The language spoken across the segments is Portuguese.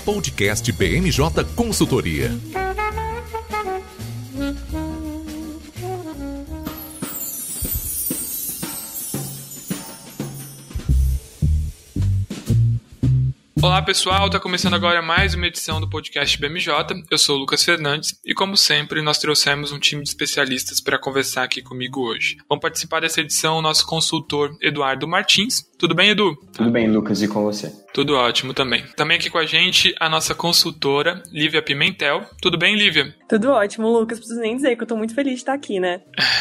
Podcast BMJ Consultoria. Olá pessoal, está começando agora mais uma edição do podcast BMJ. Eu sou o Lucas Fernandes e, como sempre, nós trouxemos um time de especialistas para conversar aqui comigo hoje. Vão participar dessa edição o nosso consultor Eduardo Martins. Tudo bem, Edu? Tudo bem, Lucas, e com você? Tudo ótimo também. Também aqui com a gente a nossa consultora Lívia Pimentel. Tudo bem, Lívia? Tudo ótimo, Lucas. Preciso nem dizer que eu tô muito feliz de estar aqui, né?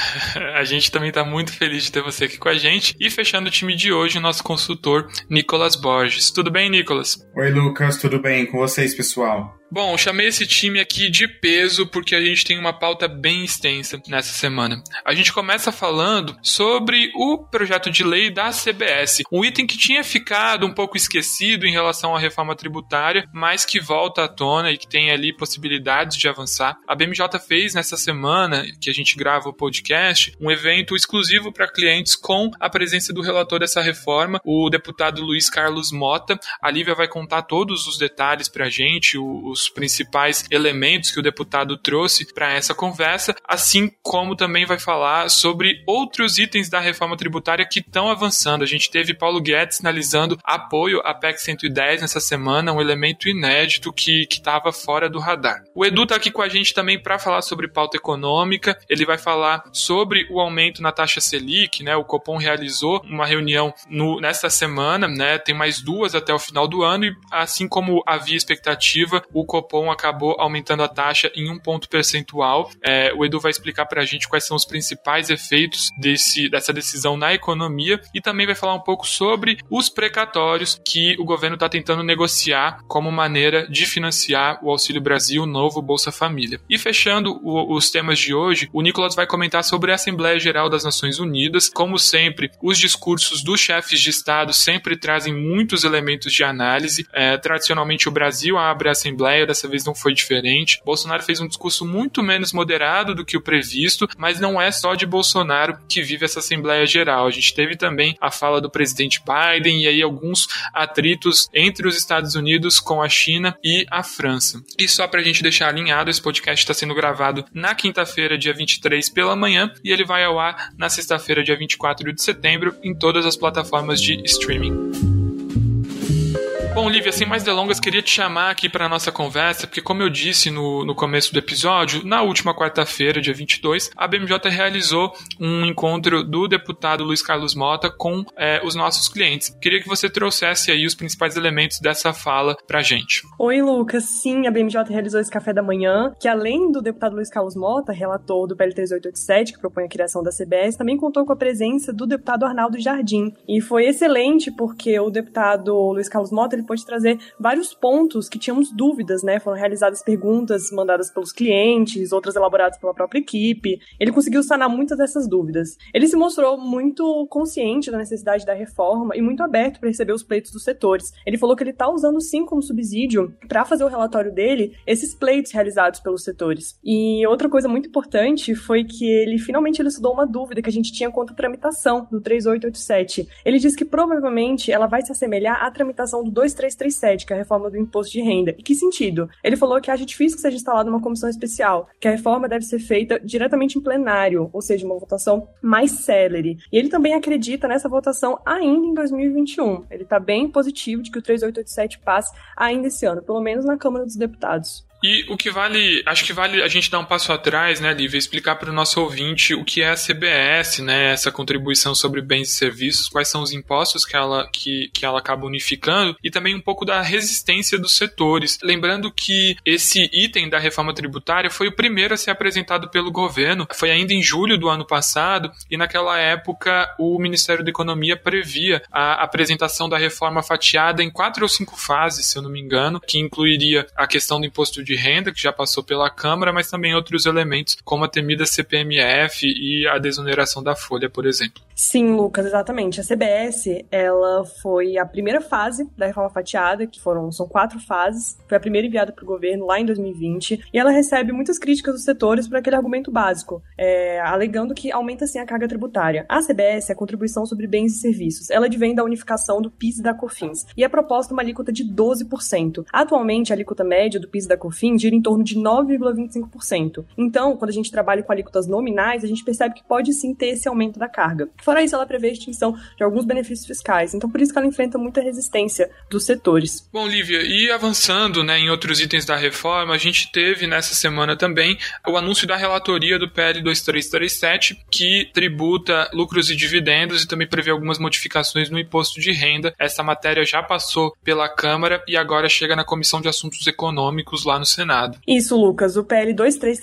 A gente também tá muito feliz de ter você aqui com a gente. E fechando o time de hoje, o nosso consultor Nicolas Borges. Tudo bem, Nicolas? Oi, Lucas. Tudo bem com vocês, pessoal? Bom, chamei esse time aqui de peso porque a gente tem uma pauta bem extensa nessa semana. A gente começa falando sobre o projeto de lei da CBS, um item que tinha ficado um pouco esquecido em relação à reforma tributária, mas que volta à tona e que tem ali possibilidades de avançar. A BMJ fez nessa semana, que a gente grava o podcast, um evento exclusivo para clientes com a presença do relator dessa reforma, o deputado Luiz Carlos Mota. A Lívia vai contar todos os detalhes para a gente, os principais elementos que o deputado trouxe para essa conversa, assim como também vai falar sobre outros itens da reforma tributária que estão avançando. A gente teve Paulo Guedes sinalizando apoio à PEC 110 nessa semana, um elemento inédito que estava fora do radar. O Edu está aqui com a gente também para falar sobre pauta econômica. Ele vai falar sobre o aumento na taxa Selic, né? O Copom realizou uma reunião nesta semana, né? Tem mais duas até o final do ano e, assim como havia expectativa, o Copom acabou aumentando a taxa em 1 ponto percentual. O Edu vai explicar para a gente quais são os principais efeitos dessa decisão na economia e também vai falar um pouco sobre os precatórios que o governo está tentando negociar como maneira de financiar o Auxílio Brasil, o novo Bolsa Família. E fechando os temas de hoje, o Nicolas vai comentar sobre a Assembleia Geral das Nações Unidas. Como sempre, os discursos dos chefes de Estado sempre trazem muitos elementos de análise. Tradicionalmente, o Brasil abre a Assembleia, dessa vez não foi diferente. Bolsonaro fez um discurso muito menos moderado do que o previsto, mas não é só de Bolsonaro que vive essa Assembleia Geral. A gente teve também a fala do presidente Biden e aí alguns atritos entre os Estados Unidos com a China e a França. E só pra gente deixar alinhado, esse podcast está sendo gravado na quinta-feira, dia 23 pela manhã, e ele vai ao ar na sexta-feira, dia 24 de setembro, em todas as plataformas de streaming. Bom, Lívia, sem mais delongas, queria te chamar aqui para a nossa conversa, porque como eu disse no começo do episódio, na última quarta-feira, dia 22, a BMJ realizou um encontro do deputado Luiz Carlos Mota com os nossos clientes. Queria que você trouxesse aí os principais elementos dessa fala para a gente. Oi, Lucas. Sim, a BMJ realizou esse café da manhã, que além do deputado Luiz Carlos Mota, relator do PL 3887, que propõe a criação da CBS, também contou com a presença do deputado Arnaldo Jardim. E foi excelente porque o deputado Luiz Carlos Mota, ele pode trazer vários pontos que tínhamos dúvidas, né? Foram realizadas perguntas mandadas pelos clientes, outras elaboradas pela própria equipe. Ele conseguiu sanar muitas dessas dúvidas. Ele se mostrou muito consciente da necessidade da reforma e muito aberto para receber os pleitos dos setores. Ele falou que ele está usando sim como subsídio para fazer o relatório dele esses pleitos realizados pelos setores. E outra coisa muito importante foi que ele finalmente elucidou uma dúvida que a gente tinha quanto à tramitação do 3887. Ele disse que provavelmente ela vai se assemelhar à tramitação do 2337, que é a reforma do imposto de renda. Em que sentido? Ele falou que acha difícil que seja instalada uma comissão especial, que a reforma deve ser feita diretamente em plenário, ou seja, uma votação mais célere. E ele também acredita nessa votação ainda em 2021. Ele está bem positivo de que o 3887 passe ainda esse ano, pelo menos na Câmara dos Deputados. E o que vale, acho que vale a gente dar um passo atrás, né, Lívia, explicar para o nosso ouvinte o que é a CBS, né, essa contribuição sobre bens e serviços, quais são os impostos que ela acaba unificando e também um pouco da resistência dos setores. Lembrando que esse item da reforma tributária foi o primeiro a ser apresentado pelo governo, foi ainda em julho do ano passado e naquela época o Ministério da Economia previa a apresentação da reforma fatiada em 4 ou 5 fases, se eu não me engano, que incluiria a questão do imposto de renda, que já passou pela Câmara, mas também outros elementos, como a temida CPMF e a desoneração da folha, por exemplo. Sim, Lucas, exatamente. A CBS, ela foi a primeira fase da reforma fatiada, que são 4 fases. Foi a primeira enviada para o governo lá em 2020. E ela recebe muitas críticas dos setores por aquele argumento básico, alegando que aumenta sim a carga tributária. A CBS é a contribuição sobre bens e serviços. Ela advém da unificação do PIS e da COFINS. E é proposta uma alíquota de 12%. Atualmente, a alíquota média do PIS e da COFINS gira em torno de 9,25%. Então, quando a gente trabalha com alíquotas nominais, a gente percebe que pode sim ter esse aumento da carga. Fora isso, ela prevê a extinção de alguns benefícios fiscais. Então, por isso que ela enfrenta muita resistência dos setores. Bom, Lívia, e avançando, em outros itens da reforma, a gente teve nessa semana também o anúncio da relatoria do PL 2337, que tributa lucros e dividendos e também prevê algumas modificações no imposto de renda. Essa matéria já passou pela Câmara e agora chega na Comissão de Assuntos Econômicos lá no Senado. Isso, Lucas. O PL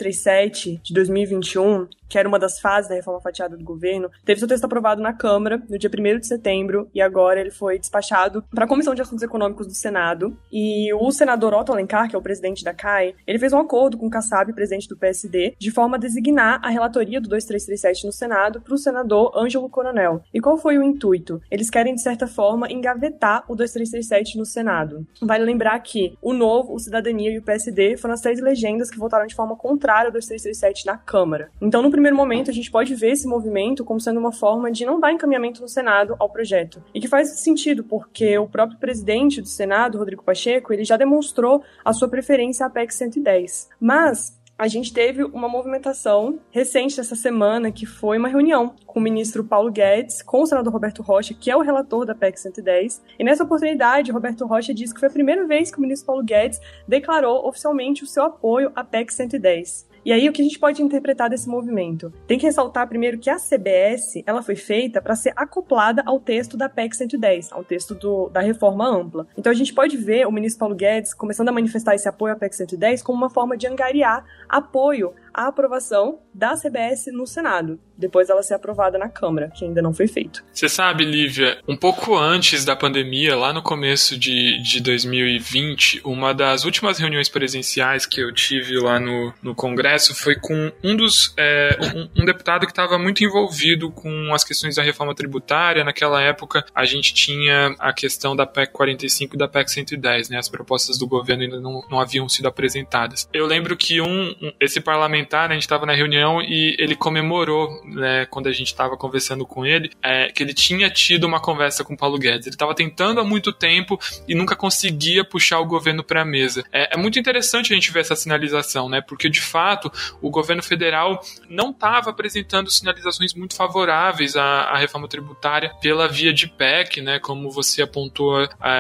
2337 de 2021, que era uma das fases da reforma fatiada do governo, teve seu texto aprovado na Câmara no dia 1º de setembro e agora ele foi despachado para a Comissão de Assuntos Econômicos do Senado. E o senador Otto Alencar, que é o presidente da CAI, ele fez um acordo com o Kassab, presidente do PSD, de forma a designar a relatoria do 2337 no Senado para o senador Ângelo Coronel. E qual foi o intuito? Eles querem, de certa forma, engavetar o 2337 no Senado. Vale lembrar que o Novo, o Cidadania e o PSD foram as 3 legendas que votaram de forma contrária ao 2337 na Câmara. Então, no primeiro momento, a gente pode ver esse movimento como sendo uma forma de não dar encaminhamento no Senado ao projeto. E que faz sentido, porque o próprio presidente do Senado, Rodrigo Pacheco, ele já demonstrou a sua preferência à PEC 110. Mas a gente teve uma movimentação recente essa semana, que foi uma reunião com o ministro Paulo Guedes, com o senador Roberto Rocha, que é o relator da PEC 110. E nessa oportunidade, Roberto Rocha disse que foi a primeira vez que o ministro Paulo Guedes declarou oficialmente o seu apoio à PEC 110. E aí, o que a gente pode interpretar desse movimento? Tem que ressaltar primeiro que a CBS, ela foi feita para ser acoplada ao texto da PEC 110, ao texto da reforma ampla. Então, a gente pode ver o ministro Paulo Guedes começando a manifestar esse apoio à PEC 110 como uma forma de angariar apoio à aprovação da CBS no Senado, depois ela ser aprovada na Câmara, que ainda não foi feito. Você sabe, Lívia, um pouco antes da pandemia, lá no começo de 2020, uma das últimas reuniões presenciais que eu tive lá no Congresso foi com um deputado que estava muito envolvido com as questões da reforma tributária. Naquela época, a gente tinha a questão da PEC 45 e da PEC 110, as propostas do governo ainda não haviam sido apresentadas. Eu lembro que esse parlamentar, a gente estava na reunião e ele comemorou, quando a gente estava conversando com ele, que ele tinha tido uma conversa com o Paulo Guedes. Ele estava tentando há muito tempo e nunca conseguia puxar o governo para a mesa. É muito interessante a gente ver essa sinalização, porque de fato o governo federal não estava apresentando sinalizações muito favoráveis à reforma tributária pela via de PEC, como você apontou,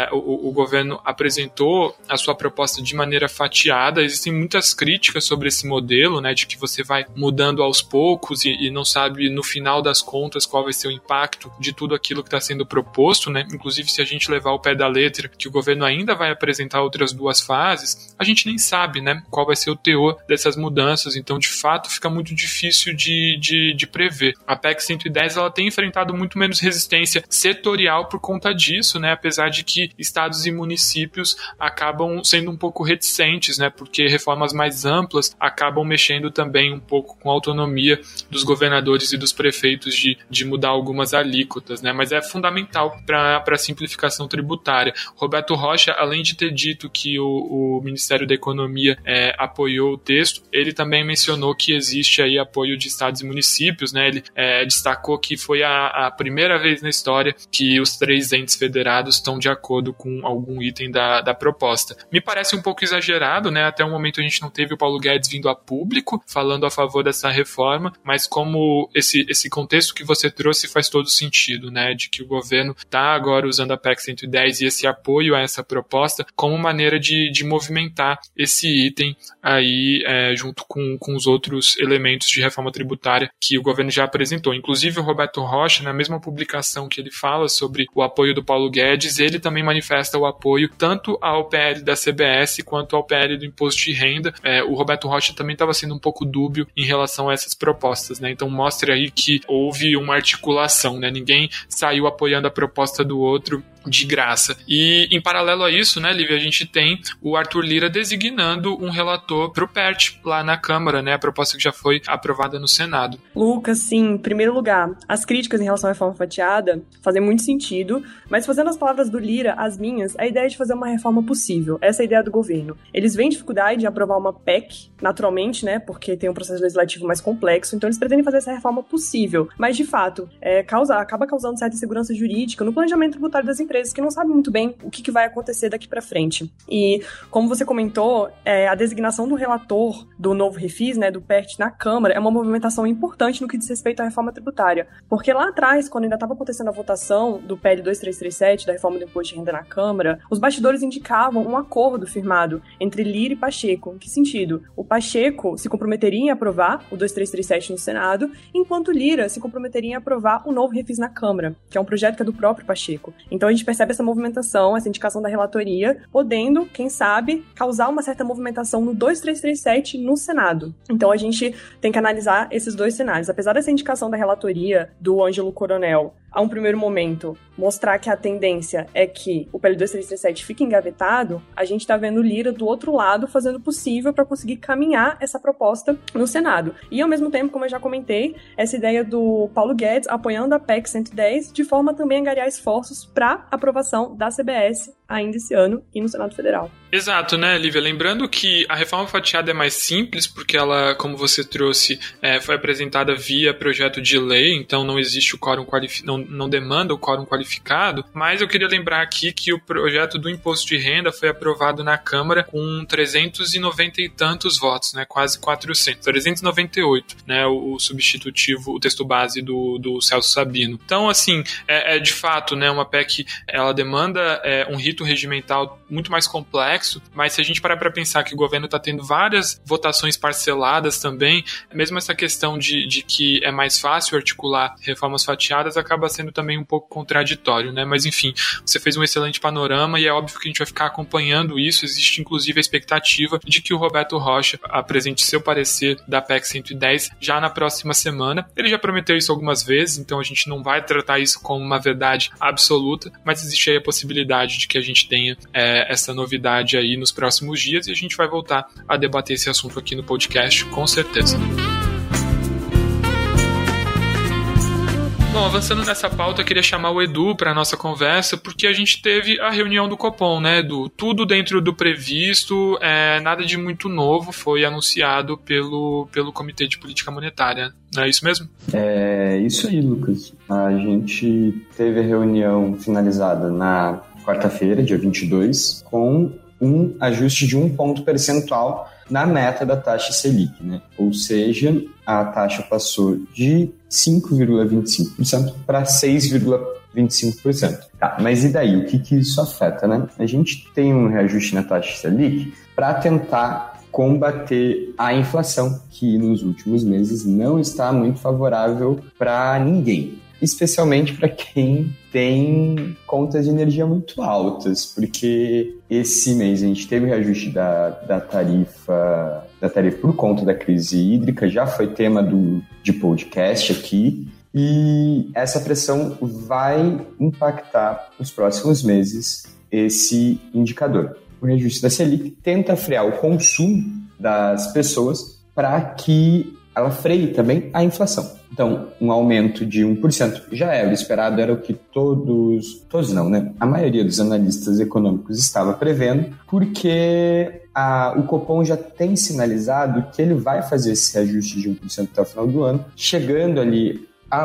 o governo apresentou a sua proposta de maneira fatiada. Existem muitas críticas sobre esse modelo, de que você vai mudando aos poucos e não sabe no final das contas qual vai ser o impacto de tudo aquilo que está sendo proposto, Inclusive, se a gente levar ao pé da letra que o governo ainda vai apresentar outras 2 fases, a gente nem sabe, qual vai ser o teor dessas mudanças. Então, de fato, fica muito difícil de prever. A PEC 110 ela tem enfrentado muito menos resistência setorial por conta disso, apesar de que estados e municípios acabam sendo um pouco reticentes, porque reformas mais amplas acabam mexendo também um pouco com a autonomia dos governadores e dos prefeitos de mudar algumas alíquotas, mas é fundamental para a simplificação tributária. Roberto Rocha, além de ter dito que o Ministério da Economia apoiou o texto, ele também mencionou que existe aí apoio de estados e municípios, Ele destacou que foi a primeira vez na história que os 3 entes federados estão de acordo com algum item da proposta. Me parece um pouco exagerado, Até o momento a gente não teve o Paulo Guedes vindo a público falando a favor dessa reforma, mas como esse contexto que você trouxe faz todo sentido, De que o governo está agora usando a PEC 110 e esse apoio a essa proposta como maneira de movimentar esse item aí junto com os outros elementos de reforma tributária que o governo já apresentou. Inclusive o Roberto Rocha, na mesma publicação que ele fala sobre o apoio do Paulo Guedes, ele também manifesta o apoio tanto ao PL da CBS quanto ao PL do Imposto de Renda. O Roberto Rocha também estava sendo um pouco dúbio em relação a essas propostas, né? Então mostra aí que houve uma articulação, né? Ninguém saiu apoiando a proposta do outro de graça. E em paralelo a isso, né, Lívia, a gente tem o Arthur Lira designando um relator pro PERT lá na Câmara, né, a proposta que já foi aprovada no Senado. Lucas, sim, em primeiro lugar, as críticas em relação à reforma fatiada fazem muito sentido, mas fazendo as palavras do Lira as minhas, a ideia é de fazer uma reforma possível. Essa é a ideia do governo. Eles veem dificuldade de aprovar uma PEC, naturalmente, né, porque tem um processo legislativo mais complexo, então eles pretendem fazer essa reforma possível, mas de fato, acaba causando certa insegurança jurídica no planejamento tributário das empresas, que não sabem muito bem o que vai acontecer daqui para frente. E, como você comentou, a designação do relator do novo refis, né, do PERT na Câmara, é uma movimentação importante no que diz respeito à reforma tributária. Porque lá atrás, quando ainda estava acontecendo a votação do PL 2337, da reforma do imposto de renda na Câmara, os bastidores indicavam um acordo firmado entre Lira e Pacheco. Em que sentido? O Pacheco se comprometeria em aprovar o 2337 no Senado, enquanto Lira se comprometeria em aprovar o novo refis na Câmara, que é um projeto que é do próprio Pacheco. Então a gente percebe essa movimentação, essa indicação da relatoria, podendo, quem sabe, causar uma certa movimentação no 2337 no Senado. Então a gente tem que analisar esses dois cenários. Apesar dessa indicação da relatoria do Ângelo Coronel, a um primeiro momento, mostrar que a tendência é que o PL 2337 fique engavetado, a gente está vendo o Lira do outro lado fazendo o possível para conseguir caminhar essa proposta no Senado. E ao mesmo tempo, como eu já comentei, essa ideia do Paulo Guedes apoiando a PEC 110, de forma também a angariar esforços para aprovação da CBS ainda esse ano e no Senado Federal. Exato, né, Lívia? Lembrando que a reforma fatiada é mais simples, porque ela, como você trouxe, foi apresentada via projeto de lei, então não existe o quórum qualificado, não demanda o quórum qualificado, mas eu queria lembrar aqui que o projeto do imposto de renda foi aprovado na Câmara com 390 e tantos votos, né, quase 400, 398, né, o substitutivo, o texto base do Celso Sabino. Então, assim, de fato, né, uma PEC, ela demanda um rito regimental muito mais complexo, mas se a gente parar para pensar que o governo está tendo várias votações parceladas também, mesmo essa questão de que é mais fácil articular reformas fatiadas acaba sendo também um pouco contraditório, né? Mas enfim, você fez um excelente panorama e é óbvio que a gente vai ficar acompanhando isso. Existe inclusive a expectativa de que o Roberto Rocha apresente seu parecer da PEC 110 já na próxima semana. Ele já prometeu isso algumas vezes, então a gente não vai tratar isso como uma verdade absoluta, mas existe aí a possibilidade de que a gente tenha essa novidade aí nos próximos dias e a gente vai voltar a debater esse assunto aqui no podcast, com certeza. Bom, avançando nessa pauta, eu queria chamar o Edu para a nossa conversa, porque a gente teve a reunião do Copom, né, Edu? Tudo dentro do previsto, nada de muito novo foi anunciado pelo Comitê de Política Monetária. Não é isso mesmo? É isso aí, Lucas. A gente teve a reunião finalizada na quarta-feira, dia 22, com um ajuste de 1 ponto percentual na meta da taxa Selic, né? Ou seja, a taxa passou de 5,25% para 6,25%. Tá, mas e daí? O que isso afeta, né? A gente tem um reajuste na taxa Selic para tentar combater a inflação, que nos últimos meses não está muito favorável para ninguém, especialmente para quem tem contas de energia muito altas, porque esse mês a gente teve o reajuste da tarifa por conta da crise hídrica, já foi tema de podcast aqui, e essa pressão vai impactar nos próximos meses esse indicador. O reajuste da Selic tenta frear o consumo das pessoas para que ela freie também a inflação. Então, um aumento de 1% já era o esperado, era o que todos não, né? A maioria dos analistas econômicos estava prevendo, porque o Copom já tem sinalizado que ele vai fazer esse reajuste de 1% até o final do ano, chegando ali a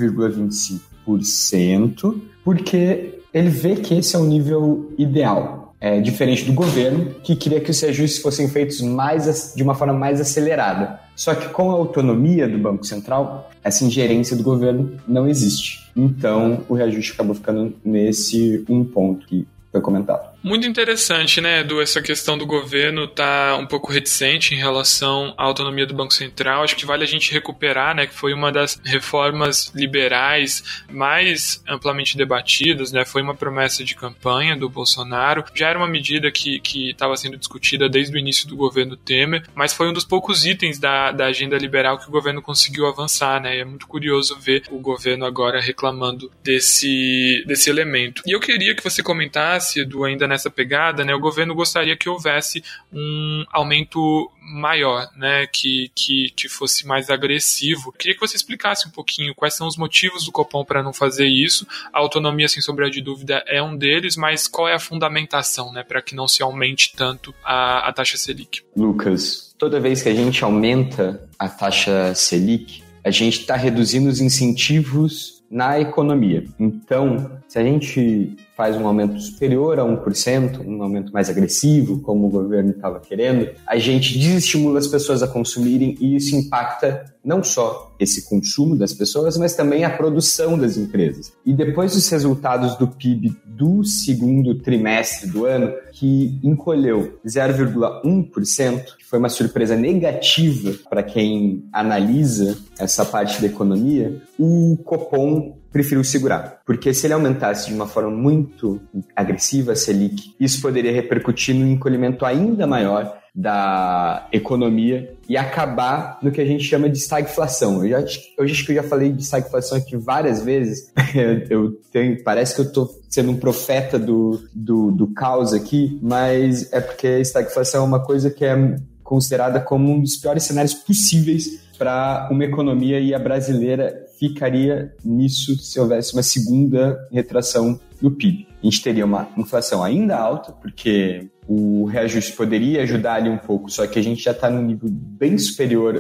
8,25%, porque ele vê que esse é o nível ideal. Diferente do governo, que queria que os reajustes fossem feitos de uma forma mais acelerada. Só que com a autonomia do Banco Central, essa ingerência do governo não existe. Então, o reajuste acabou ficando nesse 1 ponto que foi comentado. Muito interessante, né, Edu, essa questão do governo tá um pouco reticente em relação à autonomia do Banco Central. Acho que vale a gente recuperar, né, que foi uma das reformas liberais mais amplamente debatidas, né, foi uma promessa de campanha do Bolsonaro. Já era uma medida que estava sendo discutida desde o início do governo Temer, mas foi um dos poucos itens da agenda liberal que o governo conseguiu avançar, né, e é muito curioso ver o governo agora reclamando desse elemento. E eu queria que você comentasse, Edu, ainda nessa pegada, né, o governo gostaria que houvesse um aumento maior, né, que fosse mais agressivo. Eu queria que você explicasse um pouquinho quais são os motivos do Copom para não fazer isso. A autonomia, sem sombra de dúvida, é um deles, mas qual é a fundamentação, né, para que não se aumente tanto a taxa Selic? Lucas, toda vez que a gente aumenta a taxa Selic, a gente está reduzindo os incentivos na economia. Então, se a gente faz um aumento superior a 1%, um aumento mais agressivo, como o governo estava querendo, a gente desestimula as pessoas a consumirem e isso impacta não só esse consumo das pessoas, mas também a produção das empresas. E depois dos resultados do PIB do segundo trimestre do ano, que encolheu 0,1%, que foi uma surpresa negativa para quem analisa essa parte da economia, o Copom preferiu segurar, porque se ele aumentasse de uma forma muito agressiva a Selic, isso poderia repercutir no encolhimento ainda maior da economia e acabar no que a gente chama de estagflação. Eu acho que eu já falei de estagflação aqui várias vezes. Parece que eu estou sendo um profeta do caos aqui, mas é porque a estagflação é uma coisa que é considerada como um dos piores cenários possíveis para uma economia, e a brasileira ficaria nisso se houvesse uma segunda retração no PIB. A gente teria uma inflação ainda alta, porque o reajuste poderia ajudar ali um pouco, só que a gente já está num nível bem superior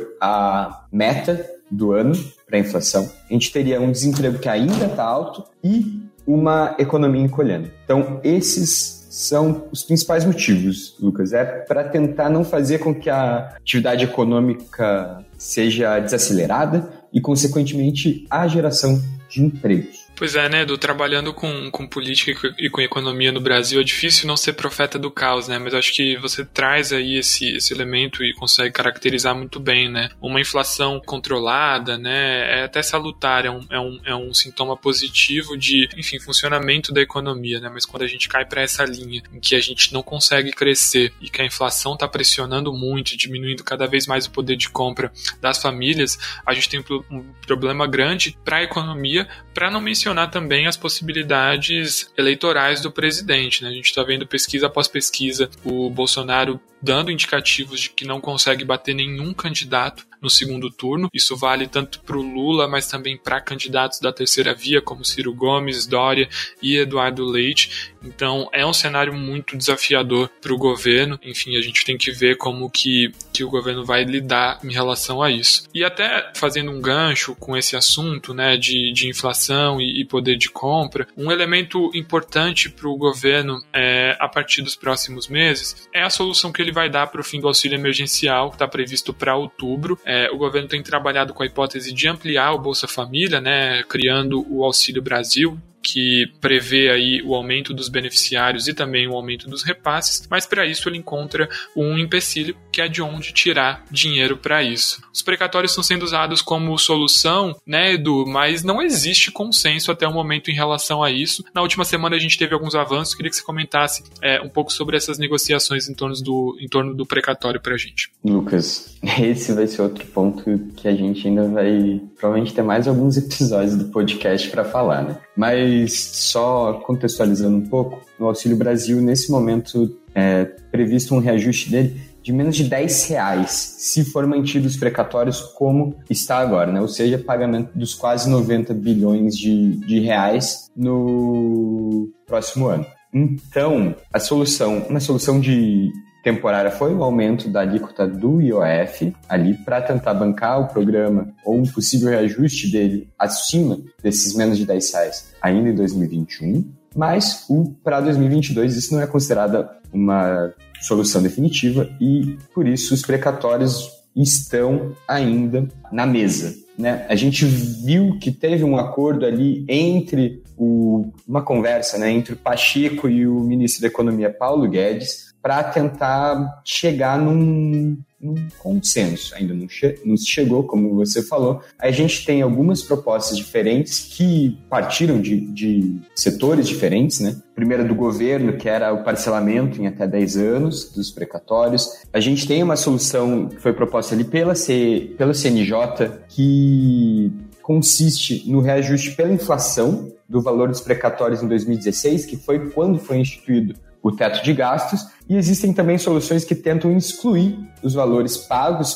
à meta do ano para a inflação. A gente teria um desemprego que ainda está alto e uma economia encolhendo. Então, esses são os principais motivos, Lucas. É para tentar não fazer com que a atividade econômica seja desacelerada e, consequentemente, a geração de empregos. Pois é, né, Edu, trabalhando com política e com economia no Brasil, é difícil não ser profeta do caos, né, mas acho que você traz aí esse elemento e consegue caracterizar muito bem, né, uma inflação controlada, né, é até salutar, é um sintoma positivo de, enfim, funcionamento da economia, né, mas quando a gente cai para essa linha em que a gente não consegue crescer e que a inflação está pressionando muito, diminuindo cada vez mais o poder de compra das famílias, a gente tem um problema grande para a economia, para não mencionar também as possibilidades eleitorais do presidente, né? A gente está vendo pesquisa após pesquisa o Bolsonaro dando indicativos de que não consegue bater nenhum candidato no segundo turno. Isso vale tanto para o Lula, mas também para candidatos da terceira via, como Ciro Gomes, Dória e Eduardo Leite. Então, é um cenário muito desafiador para o governo. Enfim, a gente tem que ver como que o governo vai lidar em relação a isso. E até fazendo um gancho com esse assunto, né, de inflação e poder de compra, um elemento importante para o governo a partir dos próximos meses é a solução que ele vai dar para o fim do auxílio emergencial, que está previsto para outubro. O governo tem trabalhado com a hipótese de ampliar o Bolsa Família, né, criando o Auxílio Brasil, que prevê aí o aumento dos beneficiários e também o aumento dos repasses, mas para isso ele encontra um empecilho, que é de onde tirar dinheiro para isso. Os precatórios estão sendo usados como solução, né, Edu, mas não existe consenso até o momento em relação a isso. Na última semana a gente teve alguns avanços, queria que você comentasse um pouco sobre essas negociações em torno do precatório para a gente. Lucas, esse vai ser outro ponto que a gente ainda vai provavelmente ter mais alguns episódios do podcast para falar, né? Mas só contextualizando um pouco, no Auxílio Brasil, nesse momento, é previsto um reajuste dele de menos de R$10, se for mantido os precatórios como está agora, né? Ou seja, pagamento dos quase 90 bilhões de reais no próximo ano. Então, uma solução temporária foi o aumento da alíquota do IOF ali para tentar bancar o programa ou um possível reajuste dele acima desses menos de R$10 ainda em 2021, mas para 2022 isso não é considerada uma solução definitiva e por isso os precatórios estão ainda na mesa. né? A gente viu que teve um acordo ali entre uma conversa, né, entre o Pacheco e o ministro da Economia, Paulo Guedes, para tentar chegar num consenso. Ainda não chegou, como você falou. A gente tem algumas propostas diferentes que partiram de setores diferentes, né? Primeiro do governo, que era o parcelamento em até 10 anos dos precatórios. A gente tem uma solução que foi proposta ali pelo CNJ, que consiste no reajuste pela inflação do valor dos precatórios em 2016, que foi quando foi instituído o teto de gastos, e existem também soluções que tentam excluir os valores pagos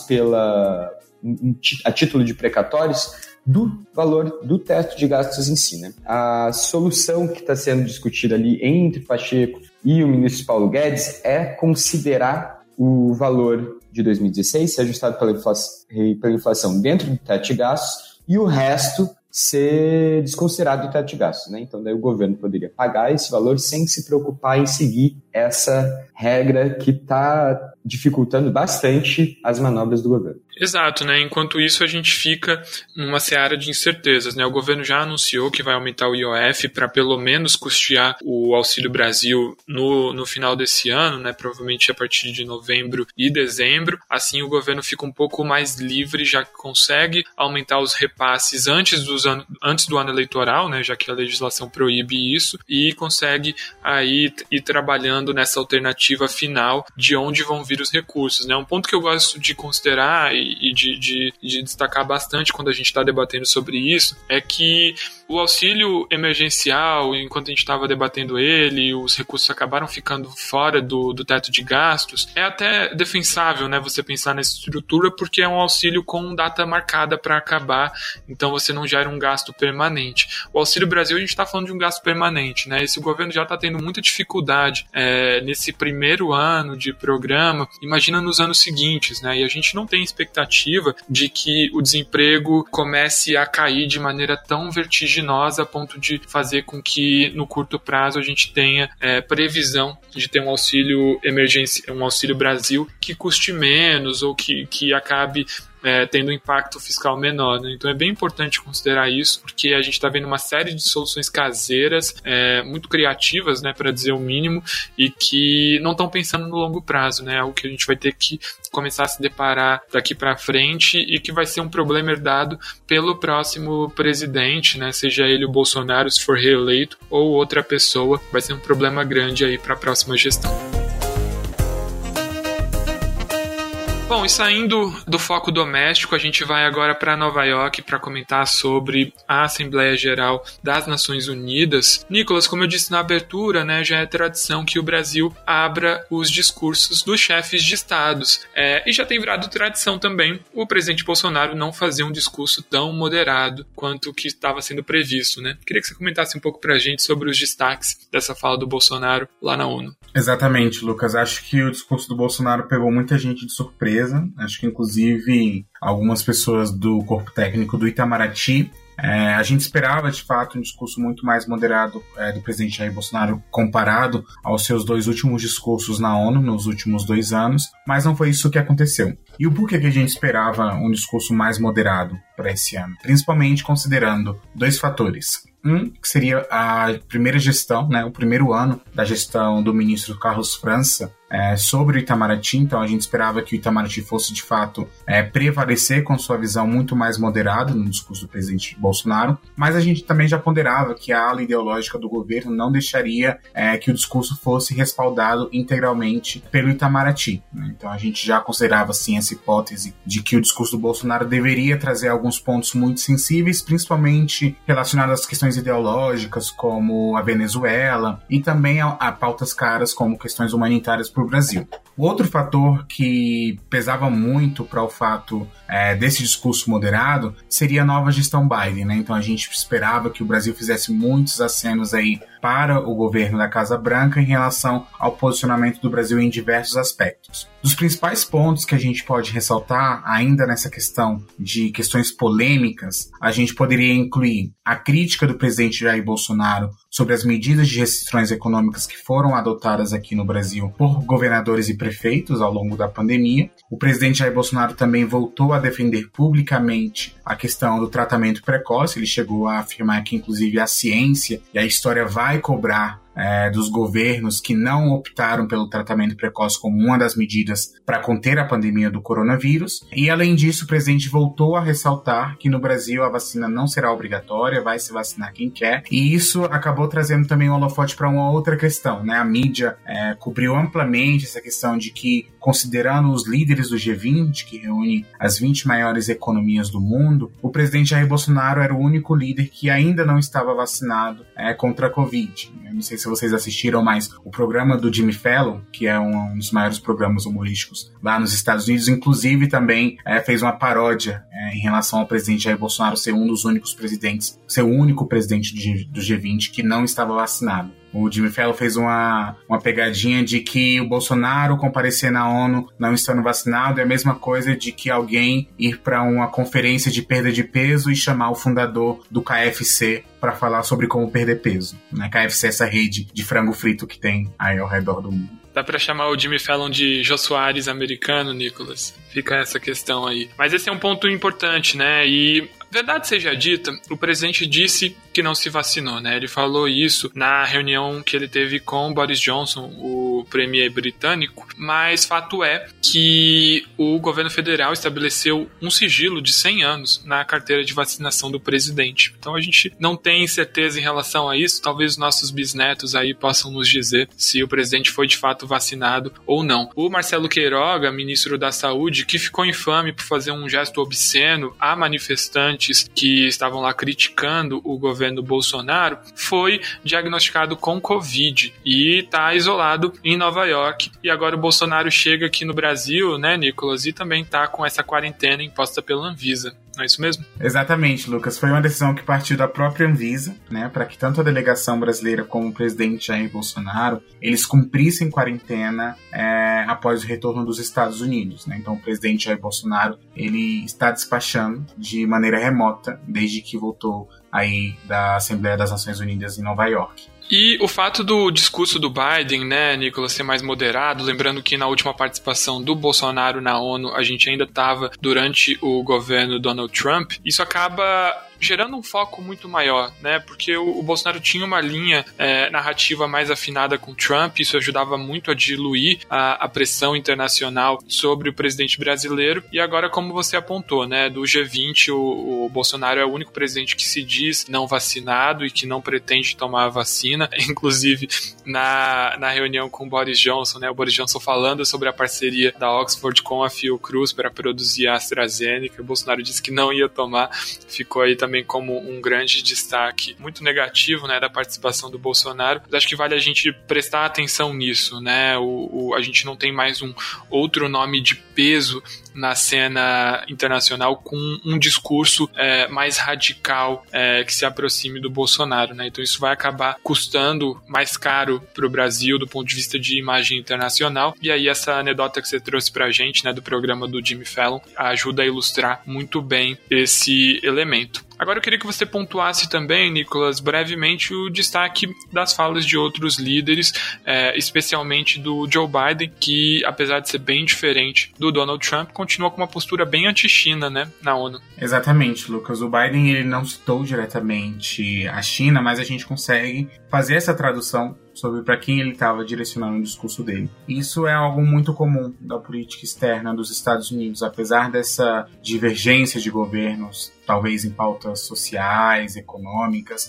a título de precatórios do valor do teto de gastos em si, né? A solução que está sendo discutida ali entre Pacheco e o ministro Paulo Guedes é considerar o valor de 2016 ser ajustado pela inflação dentro do teto de gastos e o resto ser desconsiderado do teto de gastos, né? Então daí o governo poderia pagar esse valor sem se preocupar em seguir essa regra que está dificultando bastante as manobras do governo. Exato, né? Enquanto isso a gente fica numa seara de incertezas, né? O governo já anunciou que vai aumentar o IOF para pelo menos custear o Auxílio Brasil no final desse ano, né? Provavelmente a partir de novembro e dezembro. Assim o governo fica um pouco mais livre, já consegue aumentar os repasses antes do ano eleitoral, né? Já que a legislação proíbe isso, e consegue aí ir trabalhando nessa alternativa final de onde vão vir os recursos, né? Um ponto que eu gosto de considerar e de destacar bastante quando a gente está debatendo sobre isso é que o auxílio emergencial, enquanto a gente estava debatendo ele, os recursos acabaram ficando fora do teto de gastos. É até defensável, né, você pensar nessa estrutura, porque é um auxílio com data marcada para acabar, então você não gera um gasto permanente. O Auxílio Brasil, a gente está falando de um gasto permanente, né? Esse governo já está tendo muita dificuldade nesse primeiro ano de programa, imagina nos anos seguintes, né? E a gente não tem expectativa de que o desemprego comece a cair de maneira tão vertiginosa a ponto de fazer com que no curto prazo a gente tenha previsão de ter um auxílio emergência, um Auxílio Brasil que custe menos ou que acabe tendo um impacto fiscal menor, né? Então é bem importante considerar isso, porque a gente está vendo uma série de soluções caseiras, muito criativas, né, para dizer o mínimo, e que não estão pensando no longo prazo, né? Algo que a gente vai ter que começar a se deparar daqui para frente e que vai ser um problema herdado pelo próximo presidente, né? Seja ele o Bolsonaro, se for reeleito, ou outra pessoa, vai ser um problema grande aí para a próxima gestão. Bom, e saindo do foco doméstico, a gente vai agora para Nova York para comentar sobre a Assembleia Geral das Nações Unidas. Nicolas, como eu disse na abertura, né, já é tradição que o Brasil abra os discursos dos chefes de estados. E já tem virado tradição também o presidente Bolsonaro não fazer um discurso tão moderado quanto o que estava sendo previsto, né? Queria que você comentasse um pouco para a gente sobre os destaques dessa fala do Bolsonaro lá na ONU. Exatamente, Lucas. Acho que o discurso do Bolsonaro pegou muita gente de surpresa. Acho que, inclusive, algumas pessoas do corpo técnico do Itamaraty. A gente esperava, de fato, um discurso muito mais moderado do presidente Jair Bolsonaro comparado aos seus 2 últimos discursos na ONU nos últimos 2 anos, mas não foi isso que aconteceu. E o porquê que a gente esperava um discurso mais moderado para esse ano? Principalmente considerando 2 fatores. Que seria a primeira gestão, né, o primeiro ano da gestão do ministro Carlos França sobre o Itamaraty. Então a gente esperava que o Itamaraty fosse de fato prevalecer com sua visão muito mais moderada no discurso do presidente Bolsonaro, mas a gente também já ponderava que a ala ideológica do governo não deixaria que o discurso fosse respaldado integralmente pelo Itamaraty, né? Então a gente já considerava assim essa hipótese de que o discurso do Bolsonaro deveria trazer alguns pontos muito sensíveis, principalmente relacionados às questões ideológicas como a Venezuela e também a pautas caras como questões humanitárias para o Brasil. O outro fator que pesava muito para o fato desse discurso moderado seria a nova gestão Biden, né? Então a gente esperava que o Brasil fizesse muitos acenos aí para o governo da Casa Branca em relação ao posicionamento do Brasil em diversos aspectos. Dos principais pontos que a gente pode ressaltar ainda nessa questão de questões polêmicas, a gente poderia incluir a crítica do presidente Jair Bolsonaro sobre as medidas de restrições econômicas que foram adotadas aqui no Brasil por governadores e prefeitos ao longo da pandemia. O presidente Jair Bolsonaro também voltou a defender publicamente a questão do tratamento precoce. Ele chegou a afirmar que, inclusive, a ciência e a história vai cobrar dos governos que não optaram pelo tratamento precoce como uma das medidas para conter a pandemia do coronavírus. E, além disso, o presidente voltou a ressaltar que no Brasil a vacina não será obrigatória, vai se vacinar quem quer. E isso acabou trazendo também um holofote para uma outra questão, né? A mídia cobriu amplamente essa questão de que, considerando os líderes do G20, que reúne as 20 maiores economias do mundo, o presidente Jair Bolsonaro era o único líder que ainda não estava vacinado contra a Covid. Eu não sei se vocês assistiram, mas o programa do Jimmy Fallon, que é um dos maiores programas humorísticos lá nos Estados Unidos, inclusive também fez uma paródia em relação ao presidente Jair Bolsonaro ser um dos únicos presidentes, ser o único presidente do G20 que não estava vacinado. O Jimmy Fallon fez uma pegadinha de que o Bolsonaro comparecer na ONU não estando vacinado é a mesma coisa de que alguém ir para uma conferência de perda de peso e chamar o fundador do KFC para falar sobre como perder peso. Né? KFC é essa rede de frango frito que tem aí ao redor do mundo. Dá pra chamar o Jimmy Fallon de Jô Soares americano, Nicolas? Fica essa questão aí. Mas esse é um ponto importante, né? E, verdade seja dita, o presidente disse que não se vacinou, né? Ele falou isso na reunião que ele teve com Boris Johnson, o premier britânico, mas fato é que o governo federal estabeleceu um sigilo de 100 anos na carteira de vacinação do presidente. Então a gente não tem certeza em relação a isso, talvez os nossos bisnetos aí possam nos dizer se o presidente foi de fato vacinado ou não. O Marcelo Queiroga, ministro da Saúde, que ficou infame por fazer um gesto obsceno a manifestantes que estavam lá criticando o governo Bolsonaro, foi diagnosticado com Covid e está isolado em Nova York. E agora o Bolsonaro chega aqui no Brasil, né, Nicolas, e também está com essa quarentena imposta pela Anvisa. Não é isso mesmo? Exatamente, Lucas. Foi uma decisão que partiu da própria Anvisa, né, para que tanto a delegação brasileira como o presidente Jair Bolsonaro, eles cumprissem quarentena após o retorno dos Estados Unidos, né? Então o presidente Jair Bolsonaro, ele está despachando de maneira remota desde que voltou aí da Assembleia das Nações Unidas em Nova York. E o fato do discurso do Biden, né, Nicolas, ser mais moderado, lembrando que na última participação do Bolsonaro na ONU, a gente ainda estava durante o governo Donald Trump, isso acaba gerando um foco muito maior, né? Porque o Bolsonaro tinha uma linha narrativa mais afinada com Trump, isso ajudava muito a diluir a pressão internacional sobre o presidente brasileiro, e agora, como você apontou, né, do G20, o Bolsonaro é o único presidente que se diz não vacinado e que não pretende tomar a vacina, inclusive na reunião com o Boris Johnson, né, o Boris Johnson falando sobre a parceria da Oxford com a Fiocruz para produzir a AstraZeneca, o Bolsonaro disse que não ia tomar, ficou aí também como um grande destaque muito negativo, né, da participação do Bolsonaro. Mas acho que vale a gente prestar atenção nisso, né? A gente não tem mais um outro nome de peso na cena internacional com um discurso mais radical que se aproxime do Bolsonaro, né? Então isso vai acabar custando mais caro para o Brasil do ponto de vista de imagem internacional. E aí essa anedota que você trouxe para a gente, né, do programa do Jimmy Fallon, ajuda a ilustrar muito bem esse elemento. Agora eu queria que você pontuasse também, Nicolas, brevemente o destaque das falas de outros líderes, especialmente do Joe Biden, que apesar de ser bem diferente do Donald Trump, continua com uma postura bem anti-China, né, na ONU. Exatamente, Lucas. O Biden ele não citou diretamente a China, mas a gente consegue fazer essa tradução sobre para quem ele estava direcionando o discurso dele. Isso é algo muito comum da política externa dos Estados Unidos, apesar dessa divergência de governos, talvez em pautas sociais, econômicas,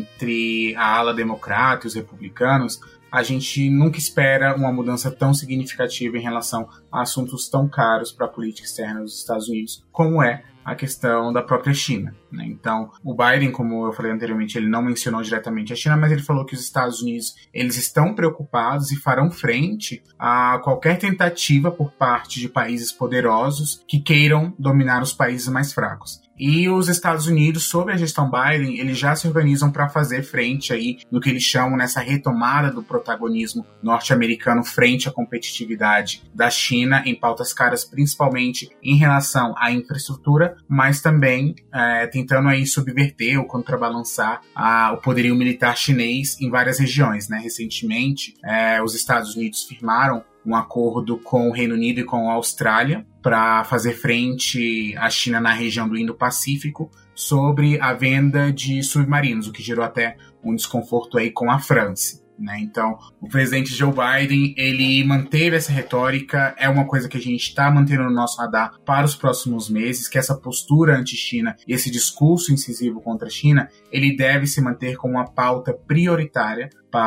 entre a ala democrata e os republicanos, a gente nunca espera uma mudança tão significativa em relação a assuntos tão caros para a política externa dos Estados Unidos, como é a questão da própria China, né? Então, o Biden, como eu falei anteriormente, ele não mencionou diretamente a China, mas ele falou que os Estados Unidos eles estão preocupados e farão frente a qualquer tentativa por parte de países poderosos que queiram dominar os países mais fracos. E os Estados Unidos, sob a gestão Biden, eles já se organizam para fazer frente aí no que eles chamam nessa retomada do protagonismo norte-americano frente à competitividade da China em pautas caras, principalmente em relação à infraestrutura, mas também tentando aí subverter ou contrabalançar o poderio militar chinês em várias regiões, né? Recentemente, os Estados Unidos firmaram um acordo com o Reino Unido e com a Austrália para fazer frente à China na região do Indo-Pacífico sobre a venda de submarinos, o que gerou até um desconforto aí com a França. Então, o presidente Joe Biden, ele manteve essa retórica, é uma coisa que a gente está mantendo no nosso radar para os próximos meses, que essa postura anti-China e esse discurso incisivo contra a China, ele deve se manter como uma pauta prioritária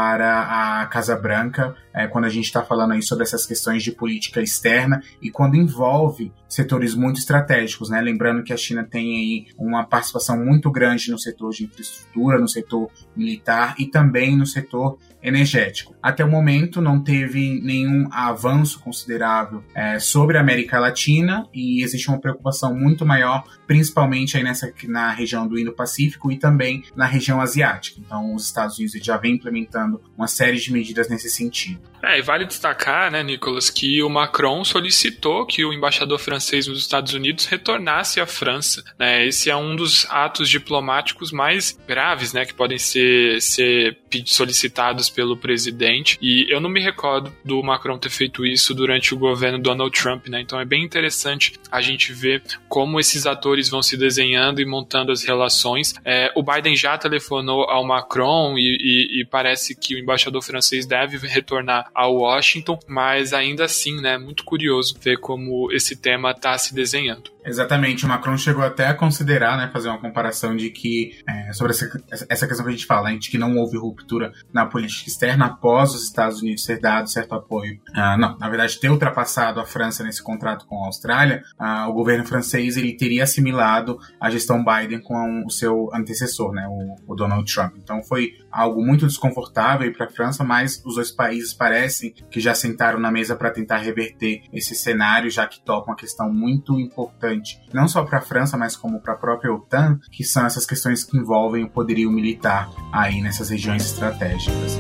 para a Casa Branca, quando a gente está falando aí sobre essas questões de política externa e quando envolve setores muito estratégicos, né? Lembrando que a China tem aí uma participação muito grande no setor de infraestrutura, no setor militar e também no setor energético. Até o momento não teve nenhum avanço considerável sobre a América Latina e existe uma preocupação muito maior, principalmente aí na região do Indo-Pacífico e também na região asiática. Então os Estados Unidos já vem implementando uma série de medidas nesse sentido. E vale destacar, né, Nicolas, que o Macron solicitou que o embaixador francês nos Estados Unidos retornasse à França. Né? Esse é um dos atos diplomáticos mais graves, né, que podem ser solicitados pelo presidente. E eu não me recordo do Macron ter feito isso durante o governo Donald Trump, né? Então é bem interessante a gente ver como esses atores vão se desenhando e montando as relações. O Biden já telefonou ao Macron e parece que o embaixador francês deve retornar a Washington, mas ainda assim, né, muito curioso ver como esse tema está se desenhando. Exatamente, o Macron chegou até a considerar, né, fazer uma comparação de que, sobre essa questão que a gente fala, de que não houve ruptura na política externa após os Estados Unidos ter dado certo apoio, na verdade ter ultrapassado a França nesse contrato com a Austrália, o governo francês ele teria assimilado a gestão Biden com o seu antecessor, né, o Donald Trump. Então foi algo muito desconfortável para a França, mas os dois países parecem que já sentaram na mesa para tentar reverter esse cenário, já que toca uma questão muito importante não só para a França, mas como para a própria OTAN, que são essas questões que envolvem o poderio militar aí nessas regiões estratégicas.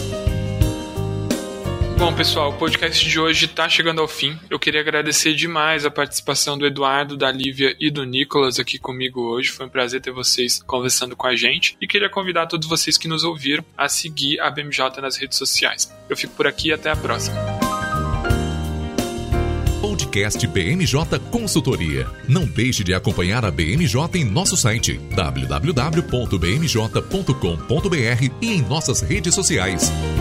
Bom, pessoal, o podcast de hoje está chegando ao fim. Eu queria agradecer demais a participação do Eduardo, da Lívia e do Nicolas aqui comigo hoje. Foi um prazer ter vocês conversando com a gente. E queria convidar todos vocês que nos ouviram a seguir a BMJ nas redes sociais. Eu fico por aqui e até a próxima. Podcast BMJ Consultoria. Não deixe de acompanhar a BMJ em nosso site www.bmj.com.br e em nossas redes sociais.